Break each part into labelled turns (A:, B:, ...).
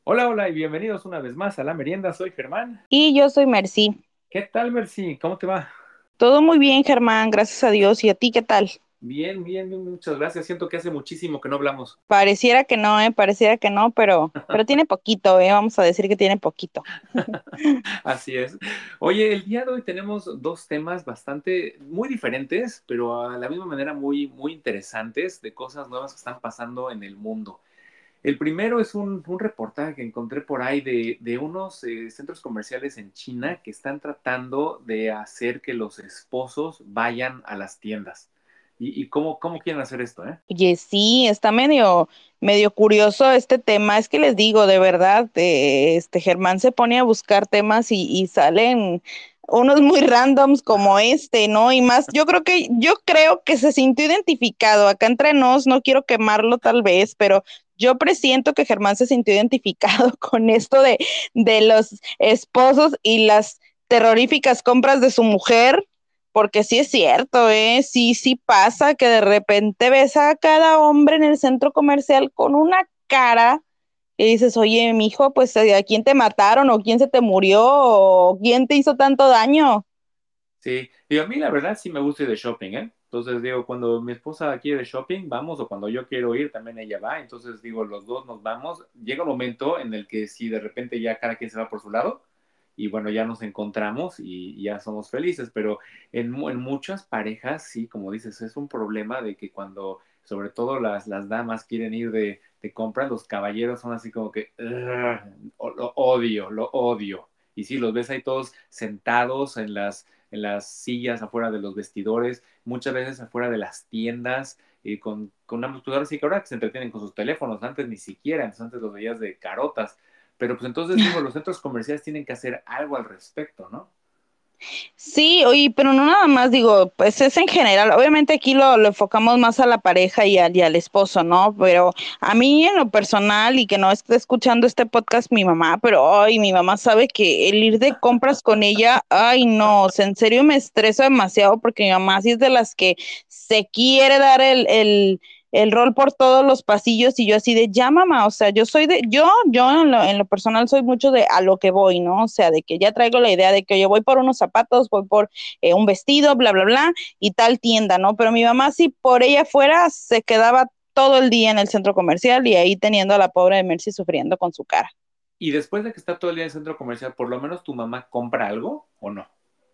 A: Hola, hola y bienvenidos una vez más a La Merienda. Soy Germán.
B: Y yo soy Mercy.
A: ¿Qué tal, Mercy? ¿Cómo te va?
B: Todo muy bien, Germán, gracias a Dios. ¿Y a ti qué tal?
A: Bien, bien, bien, muchas gracias. Siento que hace muchísimo que no hablamos.
B: Pareciera que no, pareciera que no, pero tiene poquito, vamos a decir que tiene poquito.
A: Así es. Oye, el día de hoy tenemos dos temas bastante, muy diferentes, pero a la misma manera muy, muy interesantes de cosas nuevas que están pasando en el mundo. El primero es un reportaje que encontré por ahí de unos centros comerciales en China que están tratando de hacer que los esposos vayan a las tiendas. ¿Y cómo quieren hacer esto, eh?
B: Oye, sí, está medio curioso este tema. Es que les digo, de verdad, Germán se pone a buscar temas y salen unos muy randoms como este, ¿no? Y más, yo creo que se sintió identificado. Acá entre nos, no quiero quemarlo tal vez, pero yo presiento que Germán se sintió identificado con esto de los esposos y las terroríficas compras de su mujer. Porque sí es cierto, sí, sí pasa que de repente ves a cada hombre en el centro comercial con una cara y dices, oye, mijo, pues ¿a quién te mataron? ¿O quién se te murió? ¿O quién te hizo tanto daño?
A: Sí, digo, a mí la verdad sí me gusta ir de shopping, ¿eh? Entonces digo, cuando mi esposa quiere shopping, vamos, o cuando yo quiero ir, también ella va. Entonces digo, los dos nos vamos. Llega un momento en el que si de repente ya cada quien se va por su lado, y bueno, ya nos encontramos y ya somos felices, pero en muchas parejas, sí, como dices, es un problema de que cuando, sobre todo las damas quieren ir de compras, los caballeros son así como que, "Ugh, lo odio, lo odio". Y sí, los ves ahí todos sentados en las sillas afuera de los vestidores, muchas veces afuera de las tiendas, con ambos, pues ahora sí que ahora que se entretienen con sus teléfonos, antes ni siquiera, entonces antes los veías de carotas, pero pues entonces digo, los centros comerciales tienen que hacer algo al respecto, ¿no?
B: Sí, oye, pero no nada más digo, pues es en general, obviamente aquí lo enfocamos más a la pareja y al esposo, ¿no? Pero a mí en lo personal y que no esté escuchando este podcast mi mamá, pero ay, mi mamá sabe que el ir de compras con ella, ay, no, o sea, en serio me estreso demasiado porque mi mamá sí es de las que se quiere dar el rol por todos los pasillos y yo así de, ya mamá, o sea, yo en lo personal soy mucho de a lo que voy, ¿no? O sea, de que ya traigo la idea de que yo voy por unos zapatos, voy por un vestido, bla, bla, bla, y tal tienda, ¿no? Pero mi mamá si por ella fuera, se quedaba todo el día en el centro comercial y ahí teniendo a la pobre de Mercy sufriendo con su cara.
A: Y después de que está todo el día en el centro comercial, por lo menos tu mamá compra algo o no.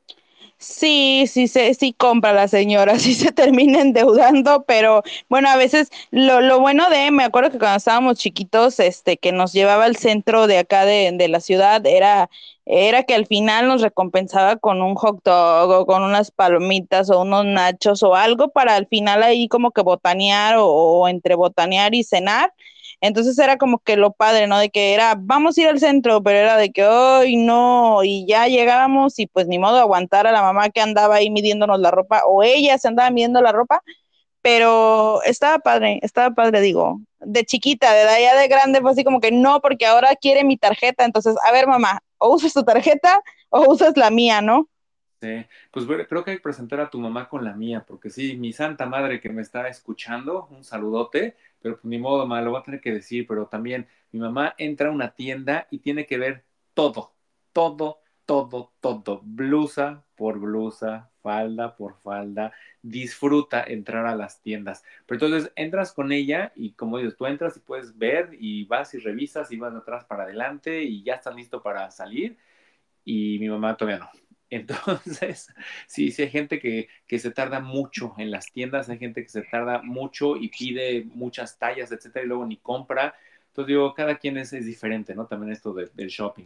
B: Sí, sí compra la señora, sí se termina endeudando, pero bueno, a veces lo bueno me acuerdo que cuando estábamos chiquitos, que nos llevaba al centro de acá de la ciudad, era que al final nos recompensaba con un hot dog o con unas palomitas o unos nachos o algo para al final ahí como que botanear o entre botanear y cenar. Entonces era como que lo padre, ¿no? De que era, vamos a ir al centro, pero era de que, ay, no, y ya llegábamos y pues ni modo aguantar a la mamá que andaba ahí midiéndonos la ropa, o ella se andaba midiendo la ropa, pero estaba padre, digo, de chiquita, de edad ya de grande, fue así como que no, porque ahora quiere mi tarjeta, entonces, a ver, mamá, o usas tu tarjeta o usas la mía, ¿no?
A: Sí, pues bueno, creo que hay que presentar a tu mamá con la mía, porque sí, mi santa madre que me está escuchando, un saludote, pero pues ni modo, ma, lo voy a tener que decir, pero también mi mamá entra a una tienda y tiene que ver todo, todo, todo, todo, blusa por blusa, falda por falda, disfruta entrar a las tiendas. Pero entonces entras con ella y como dices, tú entras y puedes ver y vas y revisas y vas de atrás para adelante y ya estás listo para salir y mi mamá todavía no. Entonces, sí, sí hay gente que se tarda mucho en las tiendas, hay gente que se tarda mucho y pide muchas tallas, etcétera, y luego ni compra. Entonces, digo, cada quien es diferente, ¿no? También esto del shopping.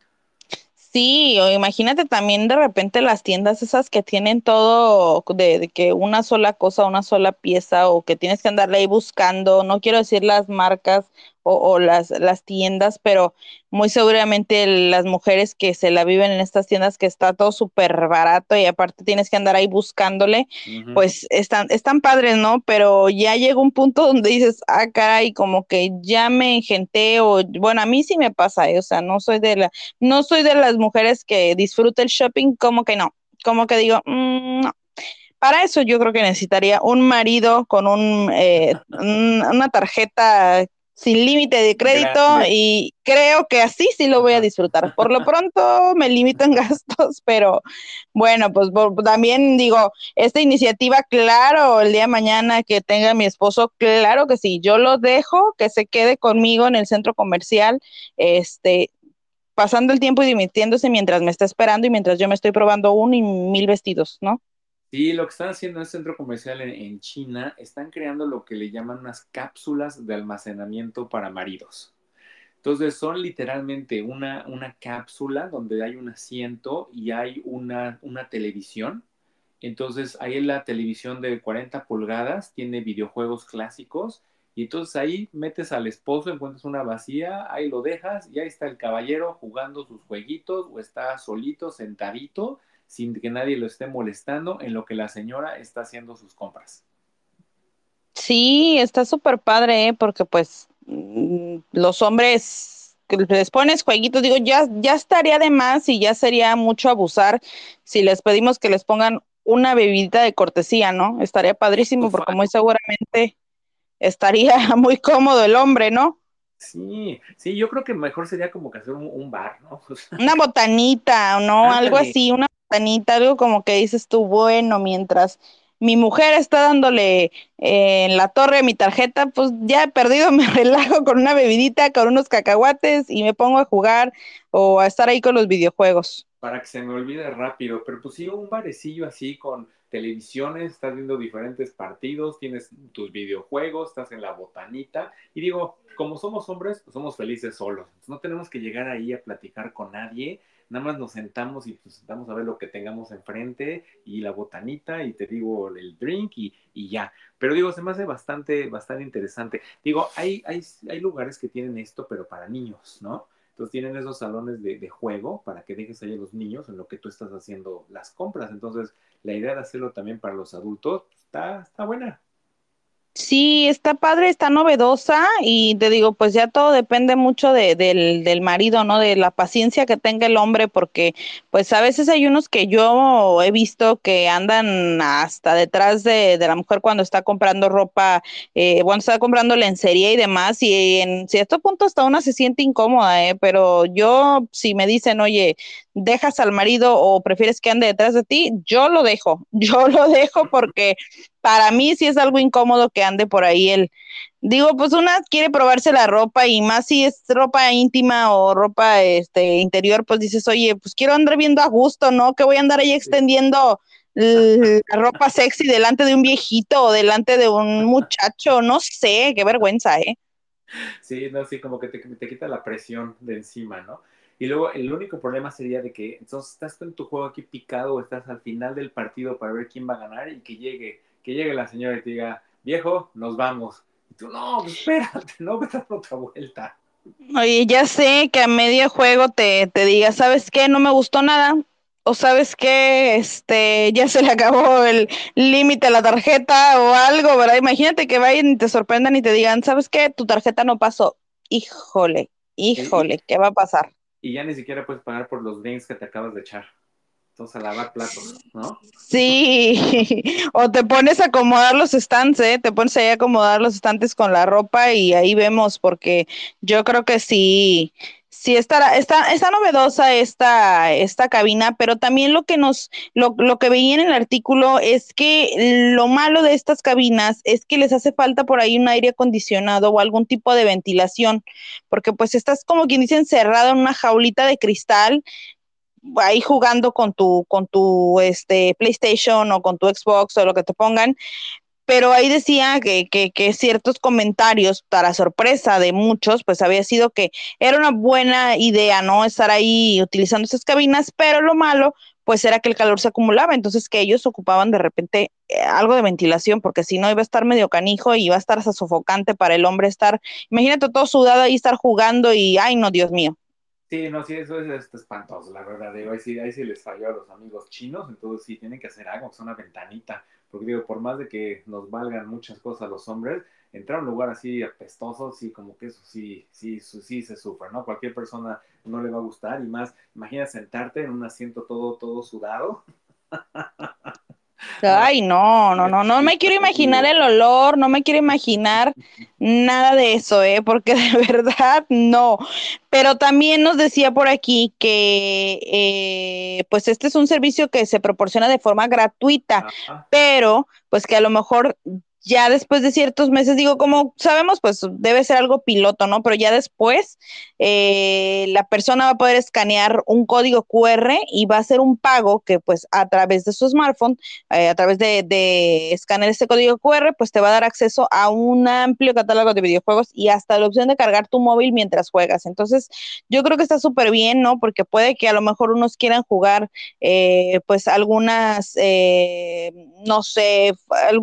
B: Sí, o imagínate también de repente las tiendas esas que tienen todo de que una sola cosa, una sola pieza, o que tienes que andarle ahí buscando, no quiero decir las marcas o las tiendas, pero muy seguramente las mujeres que se la viven en estas tiendas que está todo súper barato y aparte tienes que andar ahí buscándole,
A: Ujú.
B: pues están padres, ¿no? Pero ya llega un punto donde dices, ah, caray, como que ya me engenté, o bueno, a mí sí me pasa, o sea, no soy de las mujeres que disfruta el shopping, como que no, como que digo, no. Para eso yo creo que necesitaría un marido con una tarjeta sin límite de crédito
A: Grande.
B: y creo que así sí lo voy a
A: Ajá.
B: disfrutar. Por lo pronto me limito en gastos, pero bueno, pues también digo, esta iniciativa, claro, el día de mañana que tenga mi esposo, claro que sí, yo lo dejo que se quede conmigo en el centro comercial, este, pasando el tiempo y divirtiéndose mientras me está esperando y mientras yo me estoy probando un y mil vestidos, ¿no?
A: Sí, lo que están haciendo en el centro comercial en China, están creando lo que le llaman unas cápsulas de almacenamiento para maridos. Entonces son literalmente una cápsula donde hay un asiento y hay una televisión. Entonces ahí la televisión de 40 pulgadas tiene videojuegos clásicos y entonces ahí metes al esposo, encuentras una vacía, ahí lo dejas y ahí está el caballero jugando sus jueguitos o está solito, sentadito, sin que nadie lo esté molestando en lo que la señora está haciendo sus compras.
B: Sí, está súper padre, ¿eh? Porque pues los hombres que les pones jueguitos, digo, ya estaría de más y ya sería mucho abusar si les pedimos que les pongan una bebidita de cortesía, ¿no? Estaría padrísimo porque muy seguramente estaría muy cómodo el hombre, ¿no?
A: Sí, sí, yo creo que mejor sería como que hacer un bar, ¿no? O sea,
B: Una botanita, ¿no? Algo
A: ándale,
B: así, una botanita, algo como que dices tú, bueno, mientras mi mujer está dándole en la torre a mi tarjeta, pues ya he perdido, me relajo con una bebidita, con unos cacahuates y me pongo a jugar o a estar ahí con los videojuegos.
A: para que se me olvide rápido, pero pues sí, un barecillo así con televisiones, estás viendo diferentes partidos, tienes tus videojuegos, estás en la botanita, y digo, como somos hombres, pues somos felices solos, entonces no tenemos que llegar ahí a platicar con nadie, nada más nos sentamos y pues sentamos a ver lo que tengamos enfrente, y la botanita, y te digo el drink, y ya. Pero digo, se me hace bastante interesante. Digo, hay lugares que tienen esto, pero para niños, ¿no? Entonces tienen esos salones de juego para que dejes ahí a los niños en lo que tú estás haciendo las compras. Entonces, la idea de hacerlo también para los adultos está buena.
B: Sí, está padre, está novedosa y te digo, pues ya todo depende mucho del marido, ¿no? De la paciencia que tenga el hombre, porque pues a veces hay unos que yo he visto que andan hasta detrás de la mujer cuando está comprando ropa, cuando está comprando lencería y demás, y en cierto punto hasta una se siente incómoda, ¿eh? Pero yo, si me dicen, oye, dejas al marido o prefieres que ande detrás de ti, yo lo dejo, yo lo dejo porque para mí sí es algo incómodo que ande por ahí el, digo, pues una quiere probarse la ropa y más si es ropa íntima o ropa interior, pues dices, oye, pues quiero andar viendo a gusto, ¿no? Que voy a andar ahí
A: Sí,
B: extendiendo la ropa sexy delante de un viejito o delante de un muchacho, no sé, qué vergüenza, ¿eh?
A: sí, no, sí, como que te quita la presión de encima, ¿no? Y luego el único problema sería de que entonces estás tú en tu juego aquí picado o estás al final del partido para ver quién va a ganar y que llegue la señora y te diga, viejo, nos vamos. Y tú, no, pues espérate, no, vete a dar otra vuelta.
B: Oye, ya sé que a medio juego te diga, ¿sabes qué? No me gustó nada. O sabes qué, ya se le acabó el límite a la tarjeta o algo, ¿verdad? Imagínate que vayan y te sorprendan y te digan, ¿sabes qué? Tu tarjeta no pasó. Híjole,
A: Y,
B: híjole, ¿qué va a pasar?
A: y ya ni siquiera puedes pagar por los drinks que te acabas de echar. Entonces a lavar platos, ¿no?
B: Sí, o te pones a acomodar los stands, ¿eh? Te pones ahí a acomodar los estantes con la ropa y ahí vemos, porque yo creo que sí, sí está novedosa esta cabina, pero también lo que veía en el artículo es que lo malo de estas cabinas es que les hace falta por ahí un aire acondicionado o algún tipo de ventilación, porque pues estás como quien dice encerrado en una jaulita de cristal ahí jugando con tu PlayStation o con tu Xbox o lo que te pongan, pero ahí decía que ciertos comentarios, para sorpresa de muchos, pues había sido que era una buena idea, ¿no? Estar ahí utilizando esas cabinas, pero lo malo, pues era que el calor se acumulaba, entonces que ellos ocupaban de repente algo de ventilación, porque si no iba a estar medio canijo y iba a estar hasta sofocante para el hombre estar, imagínate todo sudado ahí estar jugando y, ay, no, Dios mío.
A: Sí, no, sí, eso es espantoso, la verdad. Digo, ahí sí les falló a los amigos chinos, entonces sí tienen que hacer algo, que es una ventanita. Porque digo, por más de que nos valgan muchas cosas los hombres, entrar a un lugar así apestoso, sí, como que eso sí se sufre, ¿no? Cualquier persona no le va a gustar y más, imagina sentarte en un asiento todo sudado.
B: Ay, no, no, no, no
A: Sí,
B: me
A: está
B: quiero imaginar
A: horrible.
B: el olor, no me quiero imaginar nada de eso, porque de verdad no. Pero también nos decía por aquí que, pues este es un servicio que se proporciona de forma gratuita,
A: Ajá.
B: pero pues que a lo mejor ya después de ciertos meses, digo, como sabemos, pues debe ser algo piloto, ¿no? Pero ya después la persona va a poder escanear un código QR y va a hacer un pago que pues a través de su smartphone a través de escanear este código QR, pues te va a dar acceso a un amplio catálogo de videojuegos y hasta la opción de cargar tu móvil mientras juegas. Entonces, yo creo que está súper bien, ¿no? Porque puede que a lo mejor unos quieran jugar, pues algunas, no sé,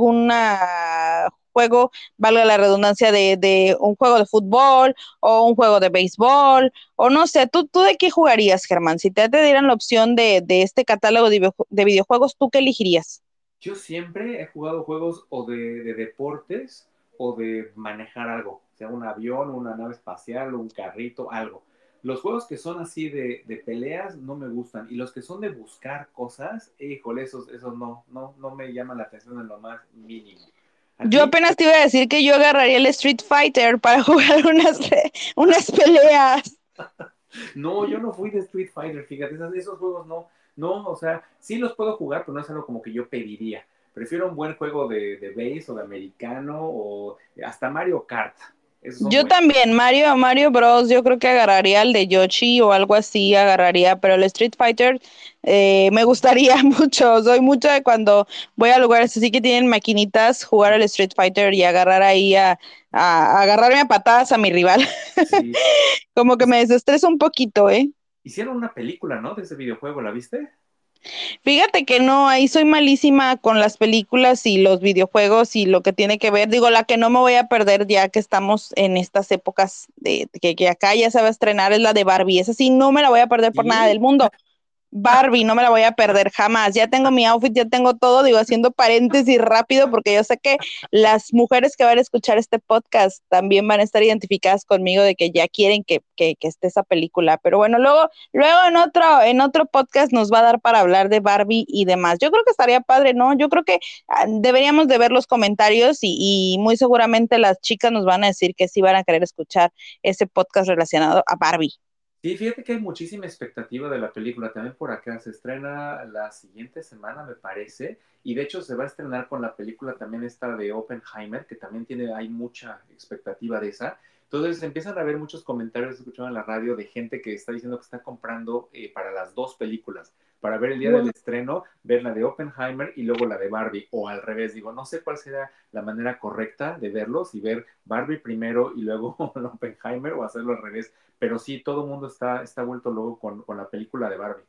B: alguna juego, valga la redundancia, de un juego de fútbol o un juego de béisbol, o no sé, ¿tú de qué jugarías, Germán? Si te dieran la opción de este catálogo de videojuegos, ¿tú qué elegirías?
A: Yo siempre he jugado juegos o de deportes o de manejar algo, sea un avión, una nave espacial, un carrito, algo. Los juegos que son así de peleas no me gustan y los que son de buscar cosas, híjole, esos no me llaman la atención en lo más mínimo. ¿A
B: Yo
A: ti?
B: apenas te iba a decir que yo agarraría el Street Fighter para jugar unas peleas.
A: No, yo no fui de Street Fighter, fíjate, esos juegos no, o sea, sí los puedo jugar, pero no es algo como que yo pediría. Prefiero un buen juego de base o de americano o hasta Mario Kart. Esos son
B: Yo
A: buenos.
B: también, Mario Bros, yo creo que agarraría el de Yoshi o algo así, agarraría, pero el Street Fighter me gustaría mucho, soy mucho de cuando voy a lugares así que tienen maquinitas, jugar al Street Fighter y agarrar ahí a agarrarme a patadas a mi rival,
A: Sí.
B: como que me desestresa un poquito, ¿eh?
A: Hicieron una película, ¿no? De ese videojuego, ¿la viste?
B: Fíjate que no, ahí soy malísima con las películas y los videojuegos y lo que tiene que ver. Digo, la que no me voy a perder ya que estamos en estas épocas que acá ya se va a estrenar es la de Barbie. Esa sí, no me la voy a perder por nada
A: Sí.
B: del mundo. Barbie, no me la voy a perder jamás. Ya tengo mi outfit, ya tengo todo, digo, haciendo paréntesis rápido, porque yo sé que las mujeres que van a escuchar este podcast también van a estar identificadas conmigo de que ya quieren que esté esa película. Pero bueno, luego en otro podcast nos va a dar para hablar de Barbie y demás. Yo creo que estaría padre, ¿no? Yo creo que deberíamos de ver los comentarios y muy seguramente las chicas nos van a decir que sí van a querer escuchar ese podcast relacionado a Barbie.
A: Sí, fíjate que hay muchísima expectativa de la película. También por acá se estrena la siguiente semana, me parece. Y de hecho se va a estrenar con la película también esta de Oppenheimer, que también hay mucha expectativa de esa. Entonces empiezan a haber muchos comentarios, escuchado en la radio, de gente que está diciendo que está comprando para las dos películas, para ver el día del estreno, ver la de Oppenheimer y luego la de Barbie, o al revés. Digo, no sé cuál será la manera correcta de verlos, y ver Barbie primero y luego Oppenheimer, o hacerlo al revés, pero sí, todo el mundo está vuelto luego con la película de Barbie.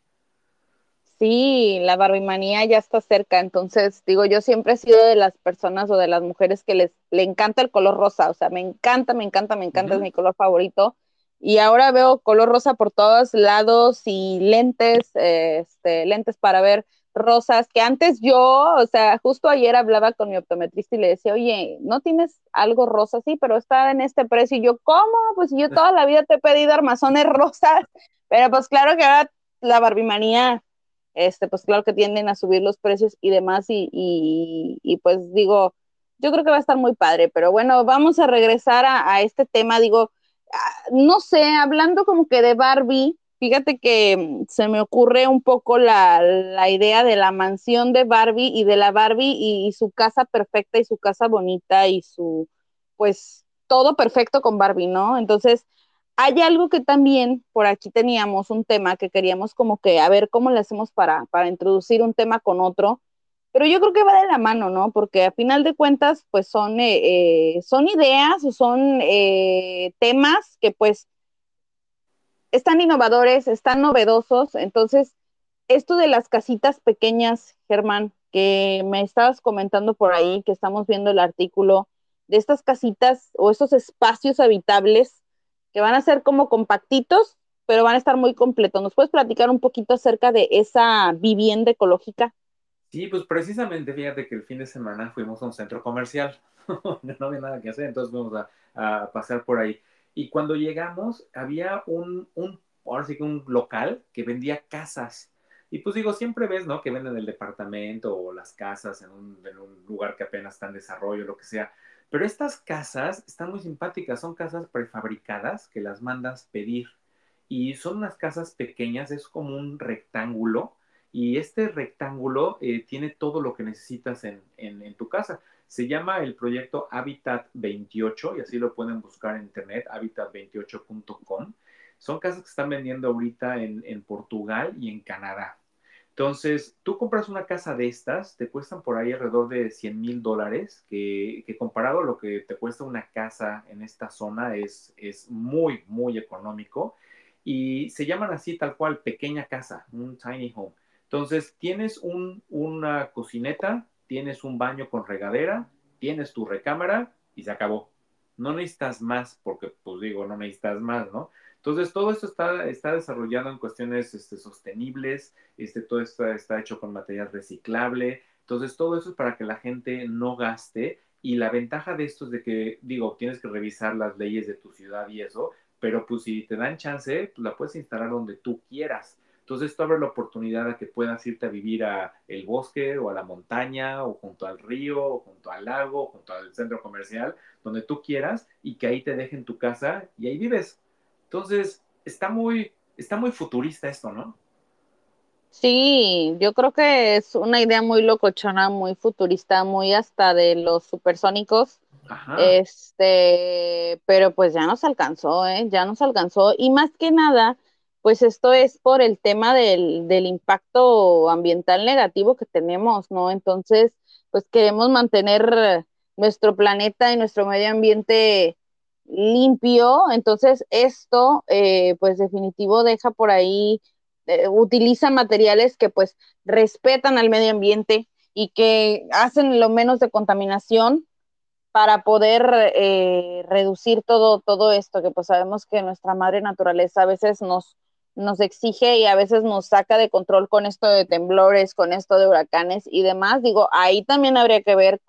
B: Sí, la barbimanía ya está cerca, entonces digo, yo siempre he sido de las personas o de las mujeres que le encanta el color rosa, o sea, me encanta, me encanta, me encanta, es
A: Ujú.
B: mi color favorito. Y ahora veo color rosa por todos lados y lentes, lentes para ver rosas, que antes yo, o sea, justo ayer hablaba con mi optometrista y le decía, oye, ¿no tienes algo rosa? Sí, pero está en este precio. Y yo, ¿cómo? Pues yo toda la vida te he pedido armazones rosas, pero pues claro que ahora la barbimanía pues claro que tienden a subir los precios y demás y pues digo, yo creo que va a estar muy padre, pero bueno, vamos a regresar a este tema, digo, no sé, hablando como que de Barbie, fíjate que se me ocurre un poco la idea de la mansión de Barbie y de la Barbie y su casa perfecta y su casa bonita y pues todo perfecto con Barbie, ¿no? Entonces, hay algo que también por aquí teníamos un tema que queríamos como que a ver cómo le hacemos para introducir un tema con otro, pero yo creo que va de la mano, ¿no? Porque a final de cuentas, pues son ideas o son temas que pues están innovadores, están novedosos, entonces esto de las casitas pequeñas, Germán, que me estabas comentando por ahí, que estamos viendo el artículo de estas casitas o estos espacios habitables que van a ser como compactitos, pero van a estar muy completos. ¿Nos puedes platicar un poquito acerca de esa vivienda ecológica?
A: Sí, pues precisamente fíjate que el fin de semana fuimos a un centro comercial. No había nada que hacer, entonces fuimos a pasar por ahí. Y cuando llegamos, había ahora sí que un local que vendía casas. Y pues digo, siempre ves, ¿no? Que venden el departamento o las casas en un lugar que apenas está en desarrollo, lo que sea. Pero estas casas están muy simpáticas, son casas prefabricadas que las mandas pedir. Y son unas casas pequeñas, es como un rectángulo. Y este rectángulo tiene todo lo que necesitas en tu casa. Se llama el proyecto Habitat 28 y así lo pueden buscar en internet, habitat28.com. Son casas que están vendiendo ahorita en Portugal y en Canadá. Entonces, tú compras una casa de estas, te cuestan por ahí alrededor de $100,000, que comparado a lo que te cuesta una casa en esta zona es muy, muy económico. Y se llaman así tal cual, pequeña casa, un tiny home. Entonces, tienes una cocineta, tienes un baño con regadera, tienes tu recámara y se acabó. No necesitas más, porque pues digo, no necesitas más, ¿no? Entonces, todo esto está desarrollado en cuestiones sostenibles, todo esto está hecho con material reciclable. Entonces, todo eso es para que la gente no gaste. Y la ventaja de esto es de que, digo, tienes que revisar las leyes de tu ciudad y eso, pero pues si te dan chance, pues la puedes instalar donde tú quieras. Entonces, esto abre la oportunidad a que puedas irte a vivir a el bosque o a la montaña o junto al río o junto al lago o junto al centro comercial, donde tú quieras y que ahí te dejen tu casa y ahí vives. Entonces, está muy futurista esto, ¿no?
B: Sí, yo creo que es una idea muy locochona, muy futurista, muy hasta de los supersónicos.
A: Ajá,
B: Pero pues ya nos alcanzó, ¿eh? Ya nos alcanzó. Y más que nada, pues esto es por el tema del impacto ambiental negativo que tenemos, ¿no? Entonces, pues queremos mantener nuestro planeta y nuestro medio ambiente limpio. Entonces, esto, pues definitivo deja por ahí, utiliza materiales que pues respetan al medio ambiente y que hacen lo menos de contaminación para poder reducir todo esto, que pues sabemos que nuestra madre naturaleza a veces nos exige y a veces nos saca de control con esto de temblores, con esto de huracanes y demás. Digo, ahí también habría que ver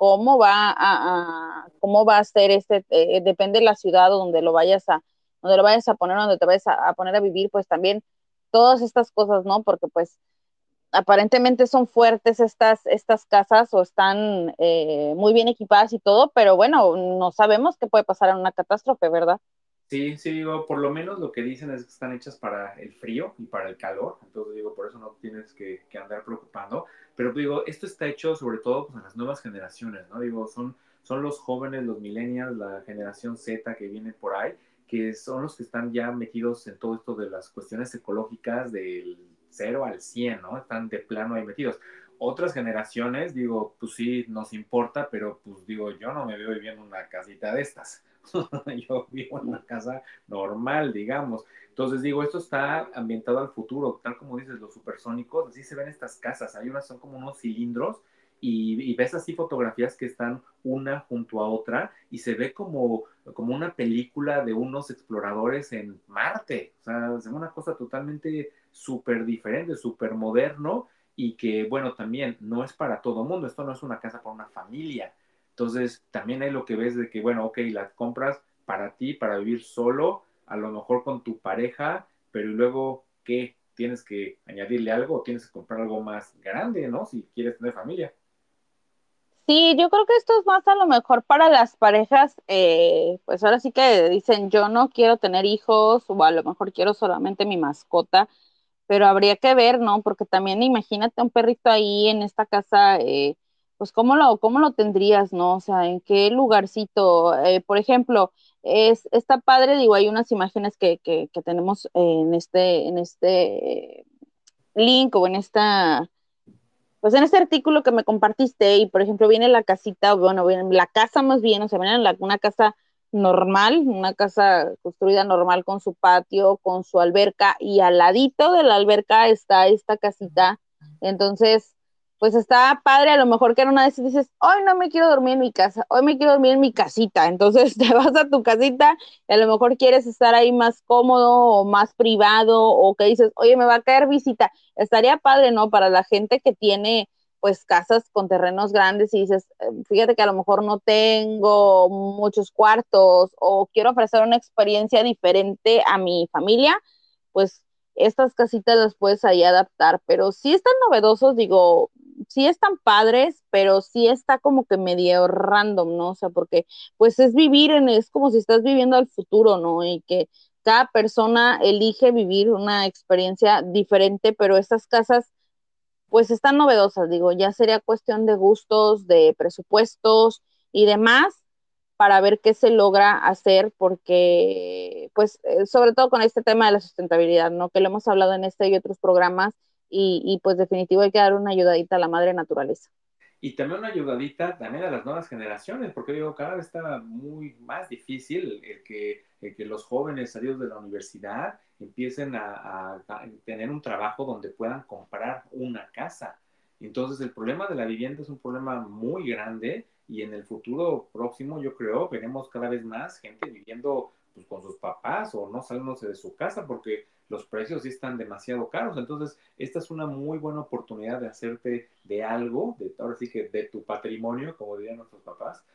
B: cómo va a ser depende de la ciudad donde lo vayas a poner, donde te vayas a poner a vivir, pues también todas estas cosas, ¿no? Porque pues aparentemente son fuertes estas casas o están muy bien equipadas y todo, pero bueno, no sabemos qué puede pasar en una catástrofe, ¿verdad?
A: sí, sí, digo, por lo menos lo que dicen es que están hechas para el frío y para el calor, entonces digo, por eso no tienes que andar preocupando, pero digo, esto está hecho sobre todo pues, en las nuevas generaciones, ¿no? Digo, son los jóvenes, los millennials, la generación Z que viene por ahí, que son los que están ya metidos en todo esto de las cuestiones ecológicas del 0 al 100, ¿no? Están de plano ahí metidos. Otras generaciones, digo, pues sí, nos importa, pero pues digo, yo no me veo viviendo en una casita de estas. Yo vivo en una casa normal, digamos. Entonces digo, esto está ambientado al futuro, tal como dices, los supersónicos, así se ven estas casas. Hay unas son como unos cilindros y ves así fotografías que están una junto a otra y se ve como una película de unos exploradores en Marte. O sea, es una cosa totalmente súper diferente, súper moderno y que, bueno, también no es para todo mundo. Esto no es una casa para una familia. Entonces, también hay lo que ves de que, bueno, ok, la compras para ti, para vivir solo, a lo mejor con tu pareja, pero ¿y luego qué? Tienes que añadirle algo o tienes que comprar algo más grande, ¿no? Si quieres tener familia.
B: Sí, yo creo que esto es más a lo mejor para las parejas, pues ahora sí que dicen yo no quiero tener hijos o a lo mejor quiero solamente mi mascota, pero habría que ver, ¿no? Porque también imagínate un perrito ahí en esta casa, pues cómo lo tendrías, ¿no? O sea, en qué lugarcito, por ejemplo, está padre, digo, hay unas imágenes que tenemos en este link o pues en este artículo que me compartiste, y por ejemplo viene la casita, bueno, viene la casa más bien, o sea, viene una casa normal, una casa construida normal con su patio, con su alberca, y al ladito de la alberca está esta casita. Entonces, pues está padre, a lo mejor que en una de esas dices, hoy no me quiero dormir en mi casa, hoy me quiero dormir en mi casita. Entonces te vas a tu casita y a lo mejor quieres estar ahí más cómodo o más privado, o que dices, oye, me va a caer visita. Estaría padre, ¿no? Para la gente que tiene pues casas con terrenos grandes y dices, fíjate que a lo mejor no tengo muchos cuartos o quiero ofrecer una experiencia diferente a mi familia, pues estas casitas las puedes ahí adaptar, pero sí están novedosos, digo, sí están padres, pero sí está como que medio random, ¿no? O sea, porque pues es vivir es como si estás viviendo al futuro, ¿no? Y que cada persona elige vivir una experiencia diferente, pero estas casas pues están novedosas, digo, ya sería cuestión de gustos, de presupuestos y demás para ver qué se logra hacer, porque, pues, sobre todo con este tema de la sustentabilidad, ¿no? Que lo hemos hablado en este y otros programas, pues definitivo hay que dar una ayudadita a la madre naturaleza.
A: Y también una ayudadita también a las nuevas generaciones, porque digo, cada vez está muy más difícil el que los jóvenes salidos de la universidad empiecen a tener un trabajo donde puedan comprar una casa. Entonces el problema de la vivienda es un problema muy grande y en el futuro próximo yo creo veremos cada vez más gente viviendo pues, con sus papás o no saliéndose de su casa porque los precios sí están demasiado caros. Entonces esta es una muy buena oportunidad de hacerte de algo, ahora sí que de tu patrimonio, como dirían nuestros papás,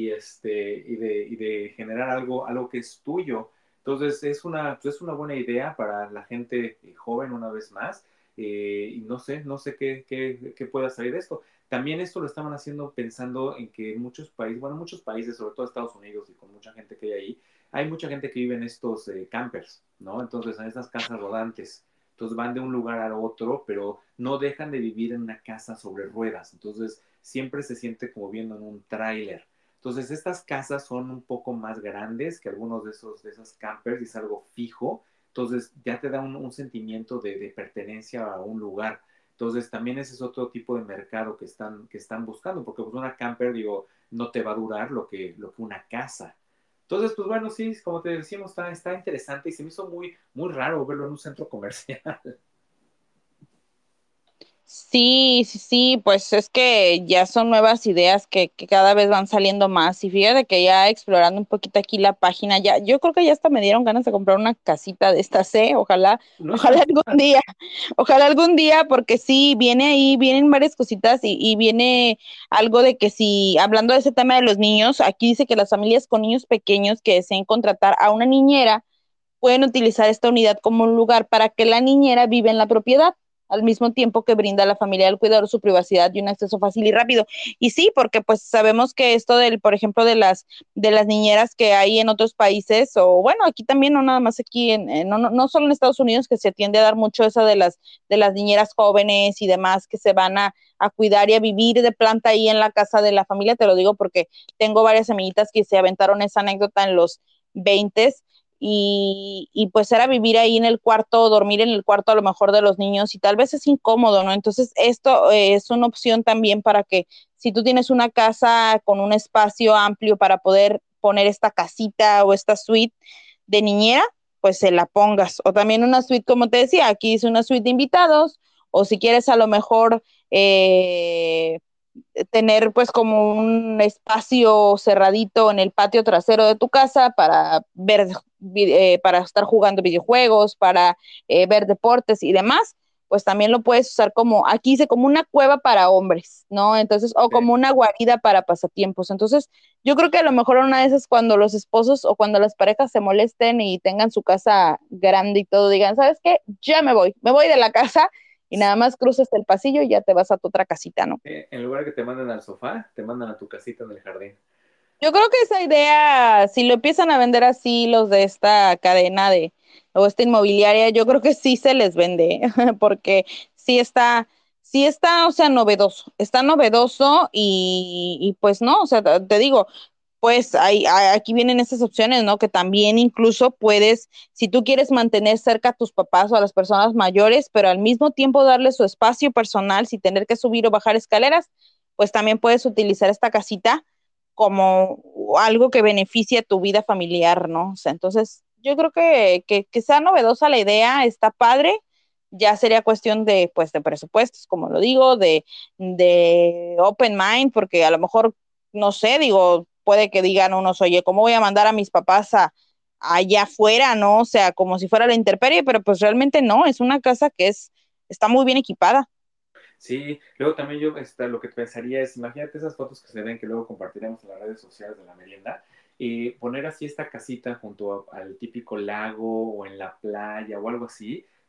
A: y de generar algo que es tuyo. Entonces pues es una buena idea para la gente joven una vez más. Y no sé qué pueda salir de esto. También esto lo estaban haciendo pensando en que muchos países, sobre todo Estados Unidos y con mucha gente que hay ahí, hay mucha gente que vive en estos campers, ¿no? Entonces, en estas casas rodantes. Entonces van de un lugar al otro, pero no dejan de vivir en una casa sobre ruedas. Entonces siempre se siente como viendo en un tráiler. Entonces estas casas son un poco más grandes que algunos de esos campers y es algo fijo. Entonces ya te da un sentimiento de pertenencia a un lugar. Entonces también ese es otro tipo de mercado que están buscando, porque pues una camper, digo, no te va a durar lo que una casa. Entonces, pues bueno, sí, como te decíamos, está interesante y se me hizo muy raro verlo en un centro comercial.
B: Sí, sí, sí, pues es que ya son nuevas ideas que cada vez van saliendo más. Y fíjate que ya explorando un poquito aquí la página, ya, yo creo que ya hasta me dieron ganas de comprar una casita de estas, ¿eh? Ojalá,
A: No
B: ojalá
A: están,
B: algún día, ojalá algún día, porque sí, viene ahí, vienen varias cositas y viene algo de que si, hablando de ese tema de los niños, aquí dice que las familias con niños pequeños que deseen contratar a una niñera pueden utilizar esta unidad como un lugar para que la niñera viva en la propiedad, al mismo tiempo que brinda a la familia del cuidador su privacidad y un acceso fácil y rápido. Y sí, porque pues sabemos que esto del, por ejemplo, de las niñeras que hay en otros países, o bueno, aquí también, no nada más aquí, no solo en Estados Unidos, que se tiende a dar mucho esa de las niñeras jóvenes y demás que se van a cuidar y a vivir de planta ahí en la casa de la familia, te lo digo porque tengo varias amiguitas que se aventaron esa anécdota en los 20 pues era vivir ahí en el cuarto, dormir en el cuarto a lo mejor de los niños y tal vez es incómodo, ¿no? Entonces esto es una opción también para que si tú tienes una casa con un espacio amplio para poder poner esta casita o esta suite de niñera, pues se la pongas. O también una suite, como te decía, aquí es una suite de invitados, o si quieres a lo mejor tener pues como un espacio cerradito en el patio trasero de tu casa para ver, para estar jugando videojuegos, para ver deportes y demás, pues también lo puedes usar como, aquí dice como una cueva para hombres, ¿no? Entonces, o como una guarida para pasatiempos. Entonces, yo creo que a lo mejor una de esas cuando los esposos o cuando las parejas se molesten y tengan su casa grande y todo, digan, ¿sabes qué? Ya me voy de la casa y nada más cruzas el pasillo y ya te vas a tu otra casita, ¿no?
A: en lugar de que te manden al sofá, te mandan a tu casita en el jardín.
B: Yo creo que esa idea, si lo empiezan a vender así los de esta cadena de o esta inmobiliaria, yo creo que sí se les vende, porque sí sí está, o sea, novedoso, está novedoso pues no, o sea, te digo, pues aquí vienen esas opciones, ¿no? Que también incluso puedes, si tú quieres mantener cerca a tus papás o a las personas mayores, pero al mismo tiempo darles su espacio personal sin tener que subir o bajar escaleras, pues también puedes utilizar esta casita como algo que beneficie a tu vida familiar, ¿no? O sea, entonces yo creo que sea novedosa la idea, está padre, ya sería cuestión de, pues, de presupuestos, como lo digo, de open mind, porque a lo mejor, no sé, digo, puede que digan unos, oye, ¿cómo voy a mandar a mis papás allá afuera, ¿no? O sea, como si fuera la intemperie, pero pues realmente no, es una casa que está muy bien equipada.
A: Sí, luego también yo lo que pensaría es, imagínate esas fotos que se ven que luego compartiremos en las redes sociales de la merienda, y poner así esta casita junto al típico lago o en la playa o algo así,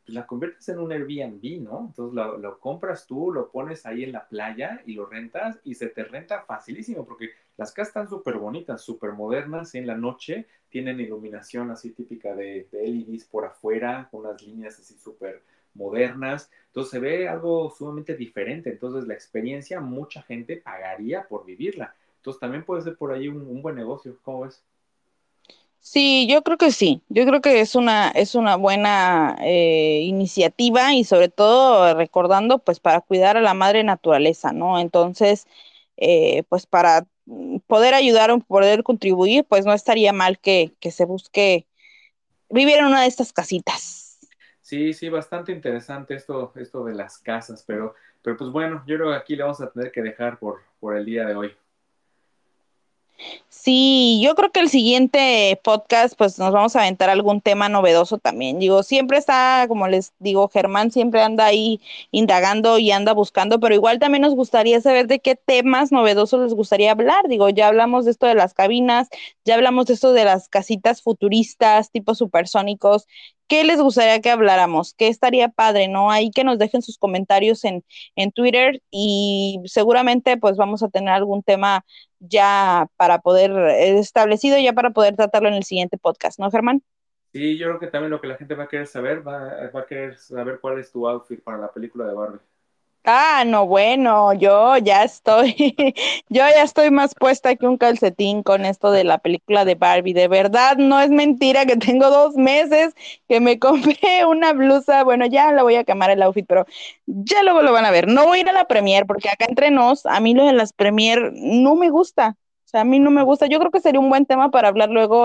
A: pues la conviertes en un Airbnb, ¿no? Entonces lo compras tú, lo pones ahí en la playa y lo rentas y se te renta facilísimo porque las casas están súper bonitas, súper modernas y en la noche tienen iluminación así típica de LEDs por afuera, con unas líneas así súper modernas. Entonces se ve algo sumamente diferente. Entonces la experiencia mucha gente pagaría por vivirla. Entonces también puede ser por ahí un buen negocio. ¿Cómo ves?
B: Sí, yo creo que sí. Yo creo que es una buena iniciativa y sobre todo recordando, pues, para cuidar a la madre naturaleza, ¿no? Entonces, pues, para poder ayudar o poder contribuir, pues, no estaría mal que se busque vivir en una de estas casitas.
A: Sí, sí, bastante interesante esto de las casas, pero pues bueno, yo creo que aquí le vamos a tener que dejar por el día de hoy.
B: Sí, yo creo que el siguiente podcast, pues nos vamos a aventar algún tema novedoso también. Digo, siempre está, como les digo, Germán siempre anda ahí indagando y anda buscando, pero igual también nos gustaría saber de qué temas novedosos les gustaría hablar. Digo, ya hablamos de esto de las cabinas, ya hablamos de esto de las casitas futuristas, tipo supersónicos. ¿Qué les gustaría que habláramos? ¿Qué estaría padre, no? Ahí que nos dejen sus comentarios en Twitter y seguramente pues vamos a tener algún tema ya para poder, establecido ya para poder tratarlo en el siguiente podcast, ¿no, Germán?
A: Sí, yo creo que también lo que la gente va a querer saber, va a querer saber cuál es tu outfit para la película de Barbie.
B: Ah, no, bueno, yo ya estoy, yo ya estoy más puesta que un calcetín con esto de la película de Barbie. De verdad, no es mentira que tengo 2 meses que me compré una blusa. Bueno, ya la voy a quemar el outfit, pero ya luego lo van a ver. No voy a ir a la premier porque acá entre nos, a mí lo de las premier no me gusta. O sea, a mí no me gusta. Yo creo que sería un buen tema para hablar luego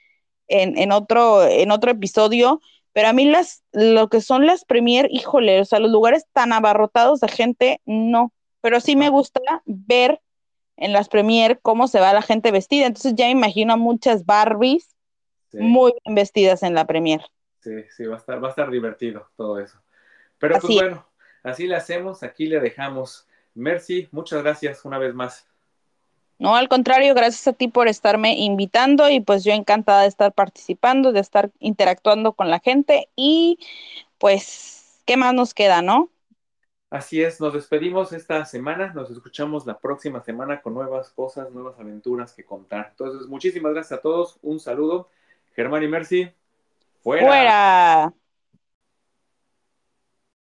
B: en otro episodio, pero a mí lo que son las premier, híjole, o sea, los lugares tan abarrotados de gente, no, pero sí me
A: Ah,
B: gusta ver en las premier cómo se va la gente vestida, entonces ya me imagino a muchas Barbies
A: sí,
B: muy bien vestidas en la premier.
A: sí, sí, va a estar divertido todo eso. Pero pues
B: Así es.
A: bueno, así le hacemos, aquí le dejamos. Merci, muchas gracias una vez más.
B: No, al contrario, gracias a ti por estarme invitando y pues yo encantada de estar participando, de estar interactuando con la gente y pues, ¿qué más nos queda, no?
A: Así es, nos despedimos esta semana, nos escuchamos la próxima semana con nuevas cosas, nuevas aventuras que contar. Entonces, muchísimas gracias a todos, un saludo. Germán y Mercy, fuera.
B: Fuera.